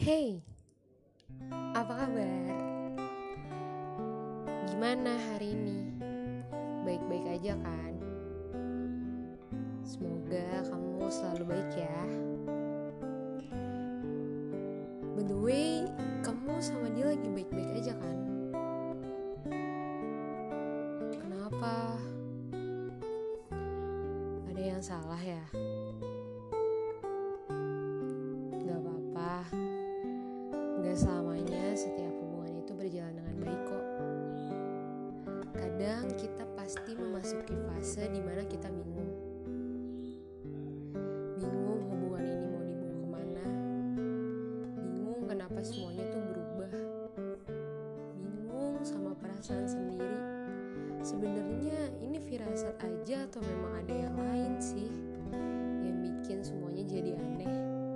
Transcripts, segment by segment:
Hey, apa kabar? Gimana hari ini? Baik-baik aja kan? Semoga kamu selalu baik ya. By the way, kamu sama dia lagi baik-baik aja kan? Kenapa? Ada yang salah ya? Gak apa-apa. Gak selamanya setiap hubungan itu berjalan dengan baik kok. Kadang kita pasti memasuki fase dimana kita bingung. Bingung hubungan ini mau dibawa kemana. Bingung kenapa semuanya tuh berubah. Bingung sama perasaan sendiri. Sebenarnya ini firasat aja atau memang ada yang lain sih yang bikin semuanya jadi aneh.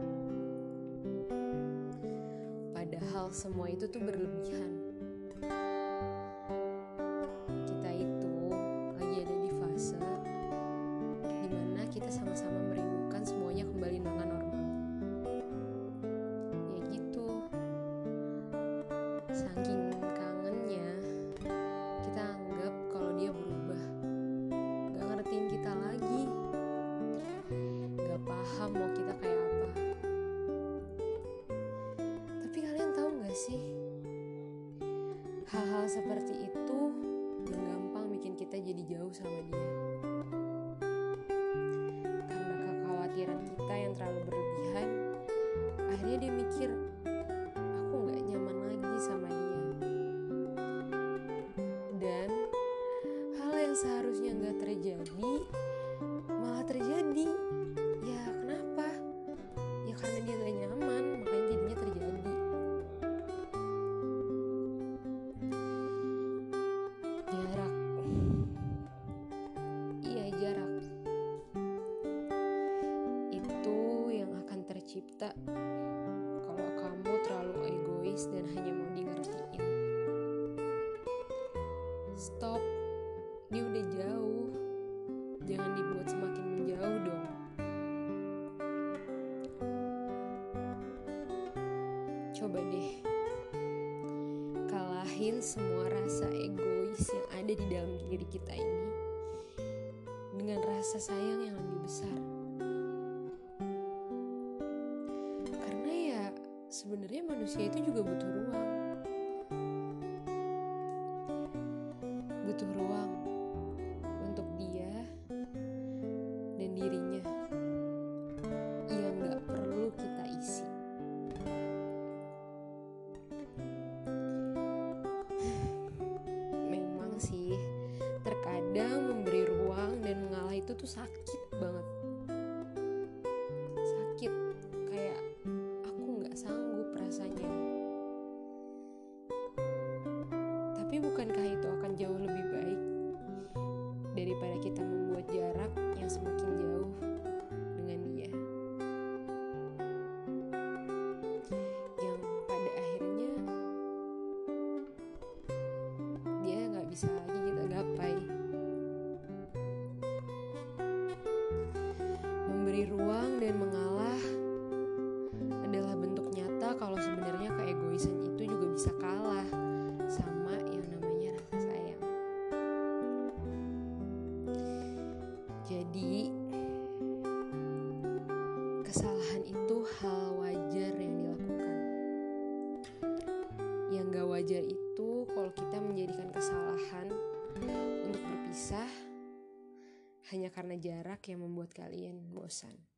Padahal semua itu tuh berlebihan. Kita itu lagi ada di fase dimana kita sama-sama merindukan semuanya kembali dengan normal. Ya gitu. Saking kangennya, kita anggap kalau dia berubah. Gak ngertiin kita lagi. Gak paham mau kita kayak apa. Tapi kalian tahu gak sih? Hal-hal seperti itu yang gampang bikin kita jadi jauh sama dia. Karena kekhawatiran kita yang terlalu berlebihan, akhirnya dia mikir, aku gak nyaman lagi sama dia. Dan hal yang seharusnya gak terjadi, malah terjadi. Ya kenapa? Ya karena dia gak nyaman, makanya jadinya terjadi. Jarak. Iya, jarak. Itu yang akan tercipta kalau kamu terlalu egois dan hanya mau dingertiin. Stop. Dia udah jauh. Jangan dibuat semakin menjauh dong. Coba deh kalahin semua rasa egois yang ada di dalam diri kita ini dengan rasa sayang yang lebih besar. Karena ya sebenarnya manusia itu juga butuh ruang. Butuh ruang untuk dia dan dirinya yang gak perlu kita isi. Memang sih terkadang memberi ruang dan mengalah itu tuh sakit banget. Sakit, kayak aku gak sanggup rasanya. Tapi bukankah itu akan jauh lebih baik daripada kita membuat jarak yang semakin jauh dengan dia, yang pada akhirnya dia gak bisa lagi kita gapai. Memberi ruang dan mengalah adalah bentuk nyata kalau sebenarnya keegoisan itu juga bisa kalah sama yang namanya rasa sayang. Jadi kesalahan itu hal wajar yang dilakukan. Yang gak wajar itu kalau kita menjadikan kesalahan untuk berpisah hanya karena jarak yang membuat kalian bosan.